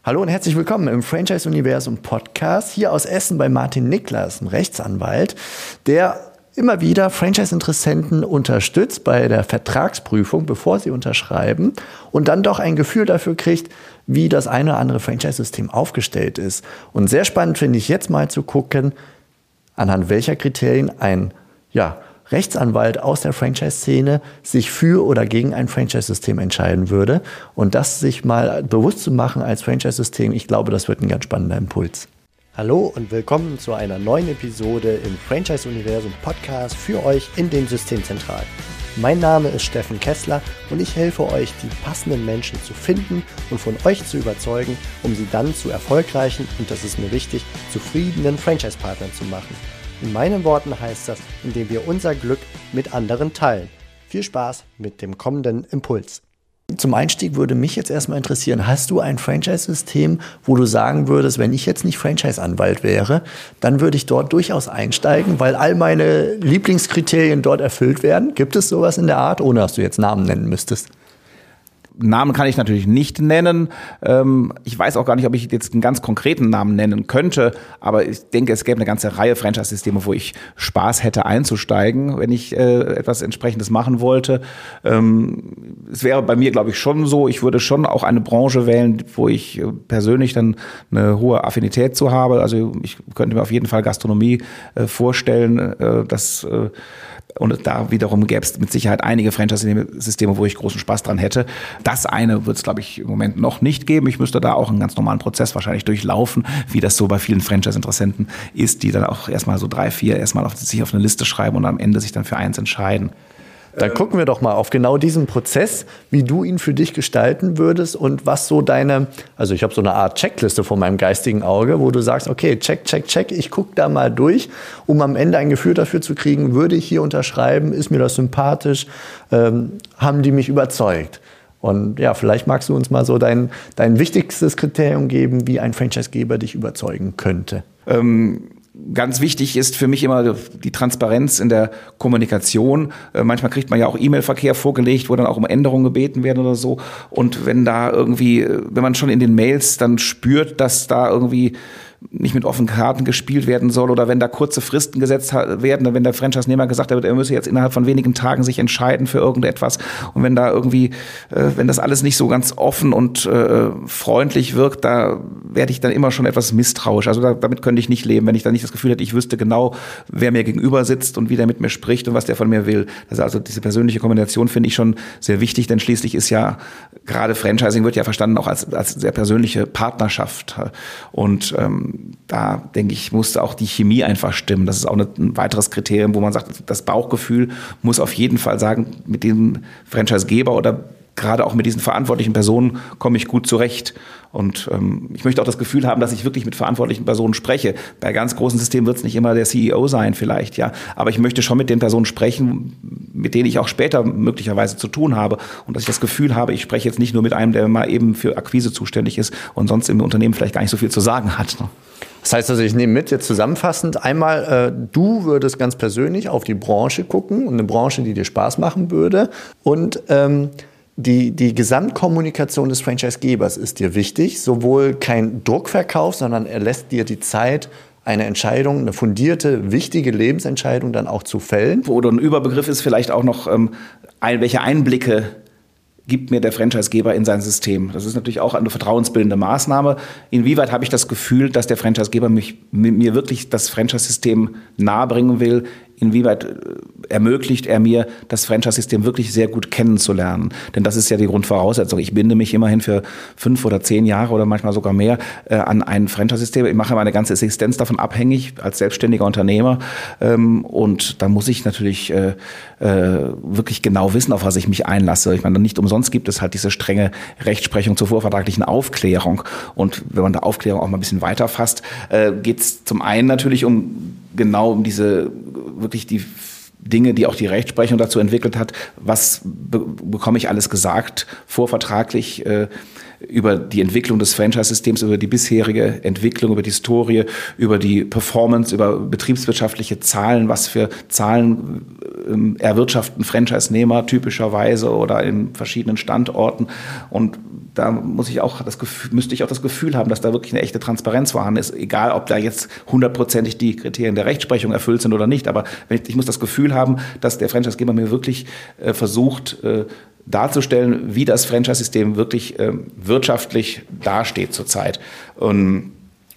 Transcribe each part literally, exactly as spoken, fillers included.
Hallo und herzlich willkommen im Franchise-Universum Podcast, hier aus Essen bei Martin Niklas, ein Rechtsanwalt, der immer wieder Franchise-Interessenten unterstützt bei der Vertragsprüfung, bevor sie unterschreiben und dann doch ein Gefühl dafür kriegt, wie das eine oder andere Franchise-System aufgestellt ist. Und sehr spannend finde ich jetzt mal zu gucken, anhand welcher Kriterien ein ja, Rechtsanwalt aus der Franchise-Szene sich für oder gegen ein Franchise-System entscheiden würde. Und das sich mal bewusst zu machen als Franchise-System, ich glaube, das wird ein ganz spannender Impuls. Hallo und willkommen zu einer neuen Episode im Franchise-Universum Podcast für euch in den Systemzentralen. Mein Name ist Steffen Kessler und ich helfe euch, die passenden Menschen zu finden und von euch zu überzeugen, um sie dann zu erfolgreichen und, das ist mir wichtig, zufriedenen Franchise-Partnern zu machen. In meinen Worten heißt das, indem wir unser Glück mit anderen teilen. Viel Spaß mit dem kommenden Impuls. Zum Einstieg würde mich jetzt erstmal interessieren, hast du ein Franchise-System, wo du sagen würdest, wenn ich jetzt nicht Franchise-Anwalt wäre, dann würde ich dort durchaus einsteigen, weil all meine Lieblingskriterien dort erfüllt werden? Gibt es sowas in der Art, ohne dass du jetzt Namen nennen müsstest? Namen kann ich natürlich nicht nennen. Ich weiß auch gar nicht, ob ich jetzt einen ganz konkreten Namen nennen könnte, aber ich denke, es gäbe eine ganze Reihe Franchise-Systeme, wo ich Spaß hätte einzusteigen, wenn ich etwas Entsprechendes machen wollte. Es wäre bei mir, glaube ich, schon so, ich würde schon auch eine Branche wählen, wo ich persönlich dann eine hohe Affinität zu habe. Also ich könnte mir auf jeden Fall Gastronomie vorstellen, dass und da wiederum gäbe es mit Sicherheit einige Franchise-Systeme, wo ich großen Spaß dran hätte. Das eine wird es, glaube ich, im Moment noch nicht geben. Ich müsste da auch einen ganz normalen Prozess wahrscheinlich durchlaufen, wie das so bei vielen Franchise-Interessenten ist, die dann auch erstmal so drei, vier erstmal auf, sich auf eine Liste schreiben und am Ende sich dann für eins entscheiden. Dann gucken wir doch mal auf genau diesen Prozess, wie du ihn für dich gestalten würdest und was so deine, also ich habe so eine Art Checkliste vor meinem geistigen Auge, wo du sagst, okay, check, check, check, ich gucke da mal durch, um am Ende ein Gefühl dafür zu kriegen, würde ich hier unterschreiben, ist mir das sympathisch, ähm, haben die mich überzeugt? Und ja, vielleicht magst du uns mal so dein, dein wichtigstes Kriterium geben, wie ein Franchisegeber dich überzeugen könnte. Ähm Ganz wichtig ist für mich immer die Transparenz in der Kommunikation. Manchmal kriegt man ja auch E-Mail-Verkehr vorgelegt, wo dann auch um Änderungen gebeten werden oder so. Und wenn da irgendwie, wenn man schon in den Mails dann spürt, dass da irgendwie nicht mit offenen Karten gespielt werden soll oder wenn da kurze Fristen gesetzt werden, wenn der Franchise-Nehmer gesagt hat, er müsse jetzt innerhalb von wenigen Tagen sich entscheiden für irgendetwas und wenn da irgendwie, äh, wenn das alles nicht so ganz offen und äh, freundlich wirkt, da werde ich dann immer schon etwas misstrauisch. Also da, damit könnte ich nicht leben, wenn ich dann nicht das Gefühl hätte, ich wüsste genau, wer mir gegenüber sitzt und wie der mit mir spricht und was der von mir will. Also, also diese persönliche Kommunikation finde ich schon sehr wichtig, denn schließlich ist ja gerade Franchising wird ja verstanden auch als, als sehr persönliche Partnerschaft und ähm, da, denke ich, musste auch die Chemie einfach stimmen. Das ist auch ein weiteres Kriterium, wo man sagt, das Bauchgefühl muss auf jeden Fall sagen, mit dem Franchisegeber oder gerade auch mit diesen verantwortlichen Personen komme ich gut zurecht. Und ähm, ich möchte auch das Gefühl haben, dass ich wirklich mit verantwortlichen Personen spreche. Bei ganz großen Systemen wird es nicht immer der C E O sein vielleicht, ja. Aber ich möchte schon mit den Personen sprechen, mit denen ich auch später möglicherweise zu tun habe. Und dass ich das Gefühl habe, ich spreche jetzt nicht nur mit einem, der mal eben für Akquise zuständig ist und sonst im Unternehmen vielleicht gar nicht so viel zu sagen hat. Ne? Das heißt also, ich nehme mit, jetzt zusammenfassend, einmal, äh, du würdest ganz persönlich auf die Branche gucken und eine Branche, die dir Spaß machen würde. Und ähm, Die, die Gesamtkommunikation des Franchisegebers ist dir wichtig, sowohl kein Druckverkauf, sondern er lässt dir die Zeit, eine Entscheidung, eine fundierte, wichtige Lebensentscheidung dann auch zu fällen. Oder ein Überbegriff ist vielleicht auch noch, ähm, ein, welche Einblicke gibt mir der Franchisegeber in sein System. Das ist natürlich auch eine vertrauensbildende Maßnahme. Inwieweit habe ich das Gefühl, dass der Franchisegeber mich, mir wirklich das Franchise-System nahebringen will? Inwieweit ermöglicht er mir, das Franchise-System wirklich sehr gut kennenzulernen? Denn das ist ja die Grundvoraussetzung. Ich binde mich immerhin für fünf oder zehn Jahre oder manchmal sogar mehr äh, an ein Franchise-System. Ich mache meine ganze Existenz davon abhängig als selbstständiger Unternehmer. Ähm, und da muss ich natürlich äh, äh, wirklich genau wissen, auf was ich mich einlasse. Ich meine, nicht umsonst gibt es halt diese strenge Rechtsprechung zur vorvertraglichen Aufklärung. Und wenn man da Aufklärung auch mal ein bisschen weiter fasst, äh, geht es zum einen natürlich um genau um diese wirklich die Dinge, die auch die Rechtsprechung dazu entwickelt hat, was be- bekomme ich alles gesagt, vorvertraglich äh, über die Entwicklung des Franchise-Systems, über die bisherige Entwicklung, über die Historie, über die Performance, über betriebswirtschaftliche Zahlen, was für Zahlen ähm, erwirtschaften Franchise-Nehmer typischerweise oder in verschiedenen Standorten. Und da muss ich auch das Gefühl, müsste ich auch das Gefühl haben, dass da wirklich eine echte Transparenz vorhanden ist. Egal, ob da jetzt hundertprozentig die Kriterien der Rechtsprechung erfüllt sind oder nicht. Aber wenn ich, ich muss das Gefühl haben, dass der Franchise-Geber mir wirklich äh, versucht, äh, darzustellen, wie das Franchise-System wirklich äh, wirtschaftlich dasteht zurzeit. Und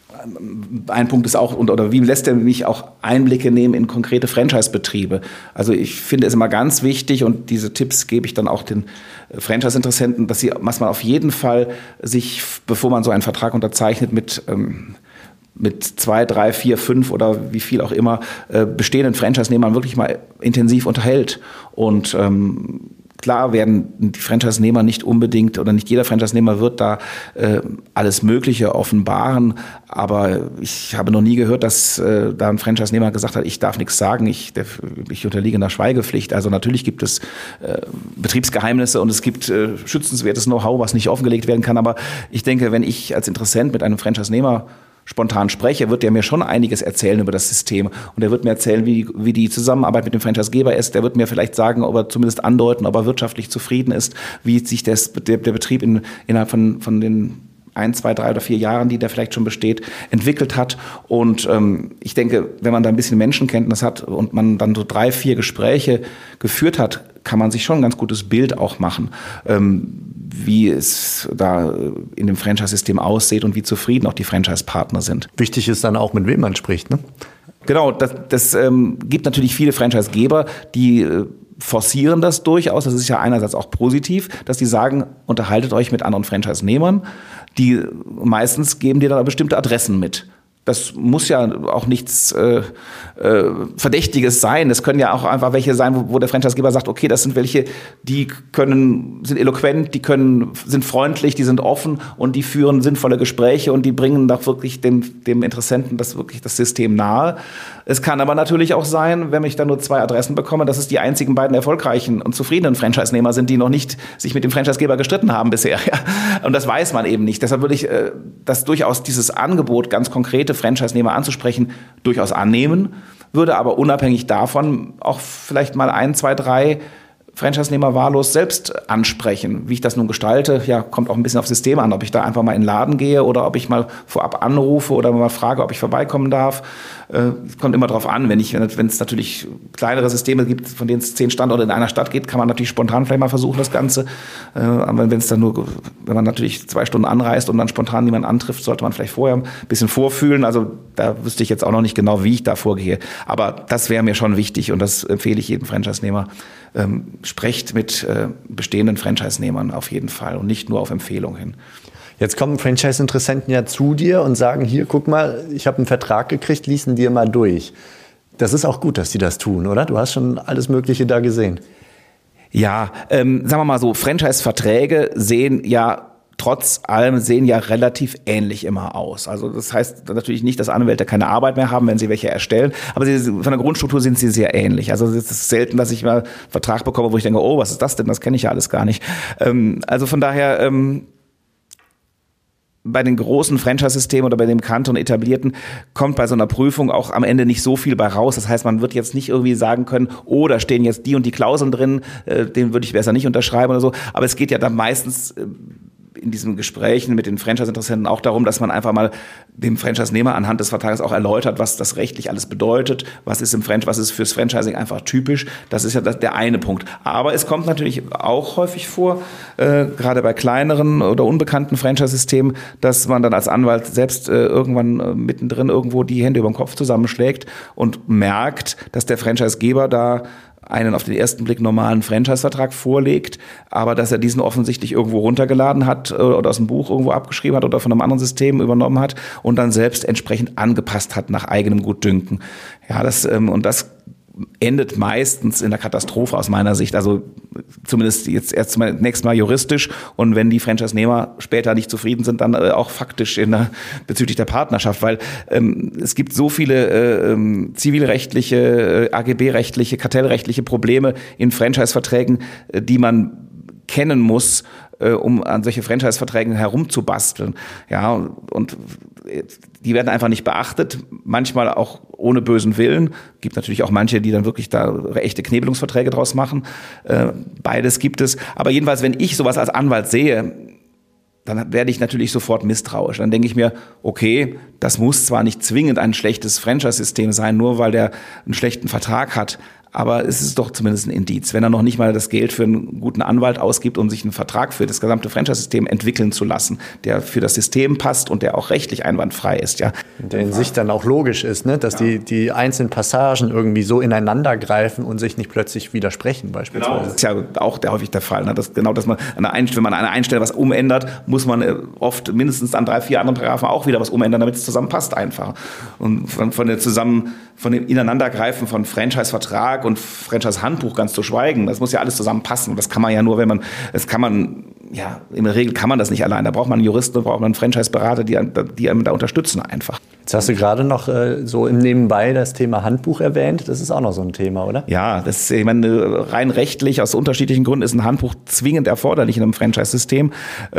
ein Punkt ist auch, oder wie lässt er mich auch Einblicke nehmen in konkrete Franchise-Betriebe? Also ich finde es immer ganz wichtig, und diese Tipps gebe ich dann auch den Franchise-Interessenten, dass sie, dass man auf jeden Fall sich, bevor man so einen Vertrag unterzeichnet, mit ähm, mit zwei, drei, vier, fünf oder wie viel auch immer äh, bestehenden Franchise-Nehmern wirklich mal intensiv unterhält. Und ähm, klar werden die Franchise-Nehmer nicht unbedingt, oder nicht jeder Franchise-Nehmer wird da äh, alles Mögliche offenbaren, aber ich habe noch nie gehört, dass äh, da ein Franchise-Nehmer gesagt hat, ich darf nichts sagen, ich, der, ich unterliege einer Schweigepflicht. Also natürlich gibt es äh, Betriebsgeheimnisse und es gibt äh, schützenswertes Know-how, was nicht offengelegt werden kann, aber ich denke, wenn ich als Interessent mit einem Franchise-Nehmer spontan spreche, wird der mir schon einiges erzählen über das System. Und er wird mir erzählen, wie, wie die Zusammenarbeit mit dem Franchise-Geber ist. Der wird mir vielleicht sagen, ob er zumindest andeuten, ob er wirtschaftlich zufrieden ist, wie sich das, der, der Betrieb in, innerhalb von, von den ein, zwei, drei oder vier Jahren, die der vielleicht schon besteht, entwickelt hat. Und ähm, ich denke, wenn man da ein bisschen Menschenkenntnis hat und man dann so drei, vier Gespräche geführt hat, kann man sich schon ein ganz gutes Bild auch machen, ähm, wie es da in dem Franchise-System aussieht und wie zufrieden auch die Franchise-Partner sind. Wichtig ist dann auch, mit wem man spricht, ne? Genau, das, das ähm, gibt natürlich viele Franchise-Geber, die äh, forcieren das durchaus. Das ist ja einerseits auch positiv, dass die sagen, unterhaltet euch mit anderen Franchise-Nehmern. Die meistens geben dir dann bestimmte Adressen mit. Das muss ja auch nichts äh, äh, Verdächtiges sein. Es können ja auch einfach welche sein, wo, wo der Franchisegeber sagt, okay, das sind welche, die können, sind eloquent, die können, sind freundlich, die sind offen und die führen sinnvolle Gespräche und die bringen doch wirklich dem, dem Interessenten das wirklich das System nahe. Es kann aber natürlich auch sein, wenn ich dann nur zwei Adressen bekomme, dass es die einzigen beiden erfolgreichen und zufriedenen Franchise-Nehmer sind, die noch nicht sich mit dem Franchisegeber gestritten haben bisher. Ja. Und das weiß man eben nicht. Deshalb würde ich äh, das durchaus dieses Angebot, ganz konkrete Franchise-Nehmer anzusprechen, durchaus annehmen, würde aber unabhängig davon auch vielleicht mal ein, zwei, drei Franchise-Nehmer wahllos selbst ansprechen. Wie ich das nun gestalte, ja, kommt auch ein bisschen aufs System an, ob ich da einfach mal in den Laden gehe oder ob ich mal vorab anrufe oder mal frage, ob ich vorbeikommen darf. Äh, kommt immer drauf an. Wenn ich, wenn es natürlich kleinere Systeme gibt, von denen es zehn Standorte in einer Stadt geht, kann man natürlich spontan vielleicht mal versuchen, das Ganze. Äh, aber wenn es dann nur, wenn man natürlich zwei Stunden anreist und dann spontan niemanden antrifft, sollte man vielleicht vorher ein bisschen vorfühlen. Also da wüsste ich jetzt auch noch nicht genau, wie ich da vorgehe. Aber das wäre mir schon wichtig und das empfehle ich jedem Franchise-Nehmer. Ähm, sprecht mit äh, bestehenden Franchise-Nehmern auf jeden Fall und nicht nur auf Empfehlung hin. Jetzt kommen Franchise-Interessenten ja zu dir und sagen, hier, guck mal, ich habe einen Vertrag gekriegt, lies ihn dir mal durch. Das ist auch gut, dass die das tun, oder? Du hast schon alles Mögliche da gesehen. Ja, ähm, sagen wir mal so, Franchise-Verträge sehen ja trotz allem sehen ja relativ ähnlich immer aus. Also das heißt natürlich nicht, dass Anwälte keine Arbeit mehr haben, wenn sie welche erstellen, aber sie, von der Grundstruktur sind sie sehr ähnlich. Also es ist selten, dass ich mal einen Vertrag bekomme, wo ich denke, oh, was ist das denn? Das kenne ich ja alles gar nicht. Ähm, also von daher ähm, bei den großen Franchise-Systemen oder bei den bekannten und etablierten kommt bei so einer Prüfung auch am Ende nicht so viel bei raus. Das heißt, man wird jetzt nicht irgendwie sagen können, oh, da stehen jetzt die und die Klauseln drin, äh, den würde ich besser nicht unterschreiben oder so. Aber es geht ja dann meistens äh, in diesen Gesprächen mit den Franchise-Interessenten auch darum, dass man einfach mal dem Franchise-Nehmer anhand des Vertrages auch erläutert, was das rechtlich alles bedeutet, was ist im Franchise, was ist fürs Franchising einfach typisch. Das ist ja der eine Punkt. Aber es kommt natürlich auch häufig vor, äh, gerade bei kleineren oder unbekannten Franchise-Systemen, dass man dann als Anwalt selbst äh, irgendwann äh, mittendrin irgendwo die Hände über den Kopf zusammenschlägt und merkt, dass der Franchise-Geber da einen auf den ersten Blick normalen Franchise-Vertrag vorlegt, aber dass er diesen offensichtlich irgendwo runtergeladen hat oder aus dem Buch irgendwo abgeschrieben hat oder von einem anderen System übernommen hat und dann selbst entsprechend angepasst hat nach eigenem Gutdünken. Ja, das ähm, und das endet meistens in der Katastrophe aus meiner Sicht. Also zumindest jetzt erst zunächst mal juristisch und wenn die Franchise-Nehmer später nicht zufrieden sind, dann äh, auch faktisch in der, bezüglich der Partnerschaft, weil ähm, es gibt so viele äh, ähm, zivilrechtliche, äh, A G B-rechtliche, kartellrechtliche Probleme in Franchise-Verträgen, äh, die man kennen muss, äh, um an solche Franchise-Verträgen herumzubasteln. Ja, und, und die werden einfach nicht beachtet, manchmal auch ohne bösen Willen. Gibt natürlich auch manche, die dann wirklich da echte Knebelungsverträge draus machen. Äh, beides gibt es. Aber jedenfalls, wenn ich sowas als Anwalt sehe, dann werde ich natürlich sofort misstrauisch. Dann denke ich mir, okay, das muss zwar nicht zwingend ein schlechtes Franchise-System sein, nur weil der einen schlechten Vertrag hat, aber es ist doch zumindest ein Indiz. Wenn er noch nicht mal das Geld für einen guten Anwalt ausgibt, um sich einen Vertrag für das gesamte Franchise-System entwickeln zu lassen, der für das System passt und der auch rechtlich einwandfrei ist. Ja. Der in sich dann auch logisch ist, ne? Dass ja. die, die einzelnen Passagen irgendwie so ineinander greifen und sich nicht plötzlich widersprechen beispielsweise. Genau. Das ist ja auch der, häufig der Fall. Ne? Das, genau, dass man an der Einstellung, wenn man an einer Einstellung was umändert, muss man oft mindestens an drei, vier anderen Paragraphen auch wieder was umändern, damit es zusammenpasst einfach. Und von, von der zusammen von dem Ineinandergreifen von Franchise-Vertrag und Franchise-Handbuch ganz zu schweigen. Das muss ja alles zusammenpassen. Und das kann man ja nur, wenn man, das kann man, ja, in der Regel kann man das nicht allein. Da braucht man einen Juristen, da braucht man einen Franchise-Berater, die, die einem da unterstützen einfach. Jetzt hast du gerade noch äh, so im Nebenbei das Thema Handbuch erwähnt. Das ist auch noch so ein Thema, oder? Ja, das ist, ich meine, rein rechtlich, aus unterschiedlichen Gründen ist ein Handbuch zwingend erforderlich in einem Franchise-System.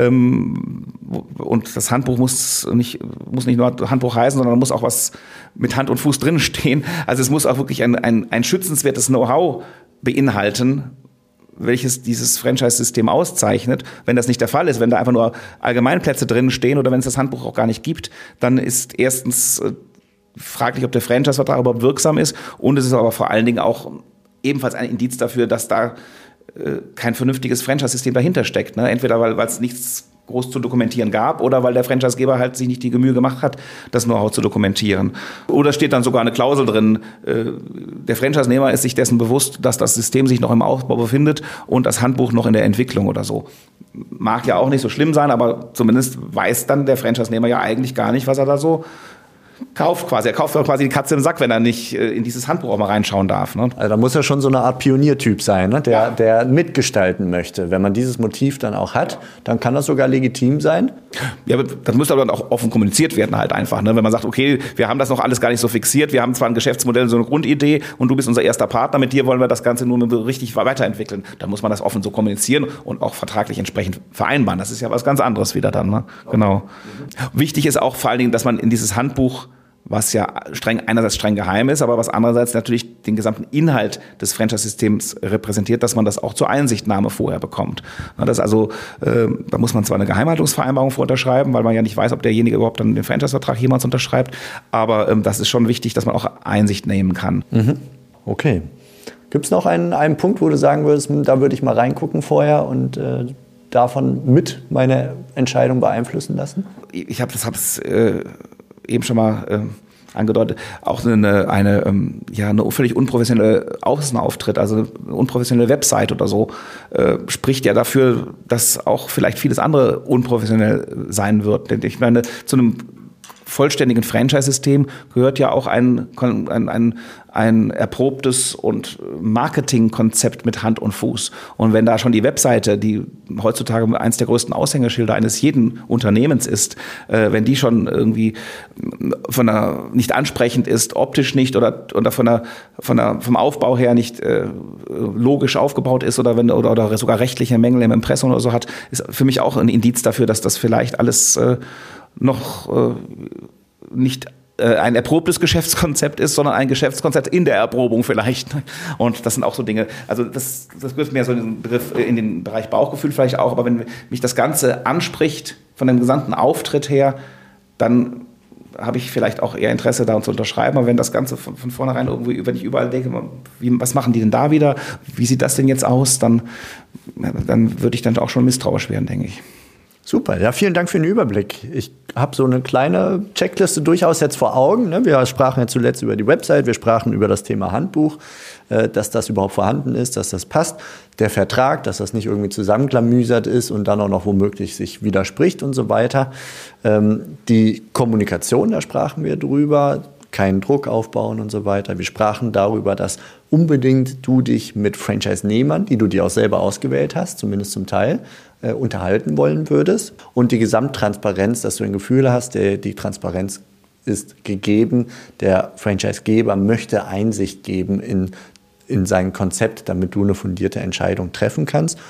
Ähm, und das Handbuch muss nicht, muss nicht nur Handbuch heißen, sondern muss auch was mit Hand und Fuß drin stehen. Also es muss auch wirklich ein, ein, ein schützenswertes Know-how beinhalten, welches dieses Franchise-System auszeichnet. Wenn das nicht der Fall ist, wenn da einfach nur Allgemeinplätze drin stehen oder wenn es das Handbuch auch gar nicht gibt, dann ist erstens äh, fraglich, ob der Franchise-Vertrag überhaupt wirksam ist, und es ist aber vor allen Dingen auch ebenfalls ein Indiz dafür, dass da äh, kein vernünftiges Franchise-System dahinter steckt. Ne? Entweder weil es nichts groß zu dokumentieren gab oder weil der Franchisegeber halt sich nicht die Mühe gemacht hat, das Know-how zu dokumentieren. Oder steht dann sogar eine Klausel drin, äh, der Franchise-Nehmer ist sich dessen bewusst, dass das System sich noch im Aufbau befindet und das Handbuch noch in der Entwicklung oder so. Mag ja auch nicht so schlimm sein, aber zumindest weiß dann der Franchise-Nehmer ja eigentlich gar nicht, was er da so kauft quasi. Er kauft quasi die Katze im Sack, wenn er nicht in dieses Handbuch auch mal reinschauen darf. Ne? Also da muss er schon so eine Art Pioniertyp sein, ne? der, ja. der mitgestalten möchte. Wenn man dieses Motiv dann auch hat, dann kann das sogar legitim sein. Ja, das müsste aber dann auch offen kommuniziert werden halt einfach. Ne? Wenn man sagt, okay, wir haben das noch alles gar nicht so fixiert, wir haben zwar ein Geschäftsmodell, so eine Grundidee und du bist unser erster Partner, mit dir wollen wir das Ganze nur richtig weiterentwickeln. Dann muss man das offen so kommunizieren und auch vertraglich entsprechend vereinbaren. Das ist ja was ganz anderes wieder dann. Ne? Genau. Wichtig ist auch vor allen Dingen, dass man in dieses Handbuch, was ja streng, einerseits streng geheim ist, aber was andererseits natürlich den gesamten Inhalt des Franchise-Systems repräsentiert, dass man das auch zur Einsichtnahme vorher bekommt. Das also, äh, da muss man zwar eine Geheimhaltungsvereinbarung vor unterschreiben, weil man ja nicht weiß, ob derjenige überhaupt dann den Franchise-Vertrag jemals unterschreibt, aber ähm, das ist schon wichtig, dass man auch Einsicht nehmen kann. Mhm. Okay. Gibt es noch einen, einen Punkt, wo du sagen würdest, da würde ich mal reingucken vorher und äh, davon mit meine Entscheidung beeinflussen lassen? Ich habe das hab's, äh, eben schon mal äh, angedeutet, auch eine, eine, ähm, ja, eine völlig unprofessionelle Außenauftritt, also eine unprofessionelle Website oder so, äh, spricht ja dafür, dass auch vielleicht vieles andere unprofessionell sein wird. Denn ich meine, zu einem vollständigen Franchise-System gehört ja auch ein, ein, ein, ein erprobtes und Marketingkonzept mit Hand und Fuß. Und wenn da schon die Webseite, die heutzutage eines der größten Aushängeschilder eines jeden Unternehmens ist, äh, wenn die schon irgendwie von der, nicht ansprechend ist, optisch nicht oder, oder von der, von der, vom Aufbau her nicht äh, logisch aufgebaut ist oder, wenn, oder, oder sogar rechtliche Mängel im Impressum oder so hat, ist für mich auch ein Indiz dafür, dass das vielleicht alles äh, noch äh, nicht äh, ein erprobtes Geschäftskonzept ist, sondern ein Geschäftskonzept in der Erprobung vielleicht. Und das sind auch so Dinge, also das, das gehört mehr so in den Begriff, in den Bereich Bauchgefühl vielleicht auch, aber wenn mich das Ganze anspricht, von dem gesamten Auftritt her, dann habe ich vielleicht auch eher Interesse daran zu unterschreiben. Aber wenn das Ganze von, von vornherein irgendwie, wenn ich überall denke, wie, was machen die denn da wieder, wie sieht das denn jetzt aus, dann, dann würde ich dann auch schon misstrauisch werden, denke ich. Super, ja, vielen Dank für den Überblick. Ich habe so eine kleine Checkliste durchaus jetzt vor Augen. Ne? Wir sprachen ja zuletzt über die Website, wir sprachen über das Thema Handbuch, äh, dass das überhaupt vorhanden ist, dass das passt. Der Vertrag, dass das nicht irgendwie zusammenklamüsert ist und dann auch noch womöglich sich widerspricht und so weiter. Ähm, die Kommunikation, da sprachen wir drüber. Keinen Druck aufbauen und so weiter. Wir sprachen darüber, dass unbedingt du dich mit Franchise-Nehmern, die du dir auch selber ausgewählt hast, zumindest zum Teil, äh, unterhalten wollen würdest. Und die Gesamttransparenz, dass du ein Gefühl hast, der, die Transparenz ist gegeben. Der Franchise-Geber möchte Einsicht geben in, in sein Konzept, damit du eine fundierte Entscheidung treffen kannst.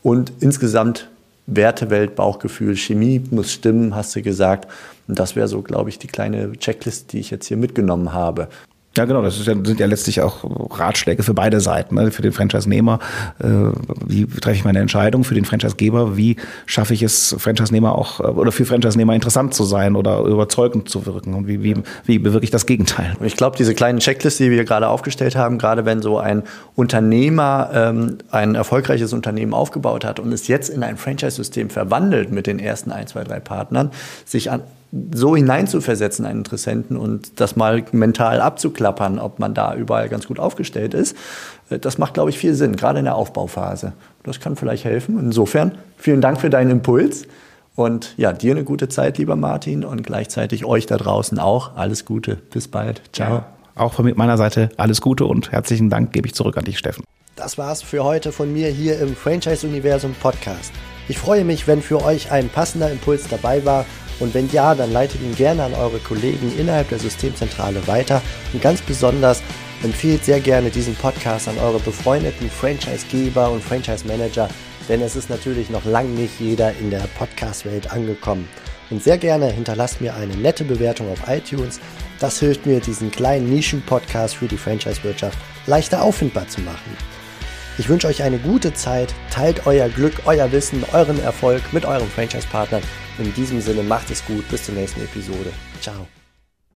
und insgesamt Wertewelt, Bauchgefühl, Chemie muss stimmen, hast du gesagt. Und das wäre so, glaube ich, die kleine Checklist, die ich jetzt hier mitgenommen habe. Ja, genau, das ist ja, sind ja letztlich auch Ratschläge für beide Seiten, ne? Für den Franchise-Nehmer, äh, wie treffe ich meine Entscheidung, für den Franchise-Geber, wie schaffe ich es, Franchise-Nehmer auch, oder für Franchise-Nehmer interessant zu sein oder überzeugend zu wirken und wie, wie, wie bewirke ich das Gegenteil. Und ich glaube, diese kleinen Checklists, die wir gerade aufgestellt haben, gerade wenn so ein Unternehmer ähm, ein erfolgreiches Unternehmen aufgebaut hat und es jetzt in ein Franchise-System verwandelt mit den ersten ein, zwei, drei Partnern, sich an so hineinzuversetzen, einen Interessenten, und das mal mental abzuklappern, ob man da überall ganz gut aufgestellt ist, das macht, glaube ich, viel Sinn, gerade in der Aufbauphase. Das kann vielleicht helfen. Insofern, vielen Dank für deinen Impuls und ja, dir eine gute Zeit, lieber Martin, und gleichzeitig euch da draußen auch. Alles Gute, bis bald. Ciao. Ja, auch von meiner Seite alles Gute und herzlichen Dank gebe ich zurück an dich, Steffen. Das war's für heute von mir hier im Franchise-Universum Podcast. Ich freue mich, wenn für euch ein passender Impuls dabei war. Und wenn ja, dann leitet ihn gerne an eure Kollegen innerhalb der Systemzentrale weiter. Und ganz besonders empfehlt sehr gerne diesen Podcast an eure befreundeten Franchise-Geber und Franchise-Manager, denn es ist natürlich noch lange nicht jeder in der Podcast-Welt angekommen. Und sehr gerne hinterlasst mir eine nette Bewertung auf iTunes. Das hilft mir, diesen kleinen Nischen-Podcast für die Franchise-Wirtschaft leichter auffindbar zu machen. Ich wünsche euch eine gute Zeit, teilt euer Glück, euer Wissen, euren Erfolg mit euren Franchise-Partnern. In diesem Sinne, macht es gut, bis zur nächsten Episode. Ciao.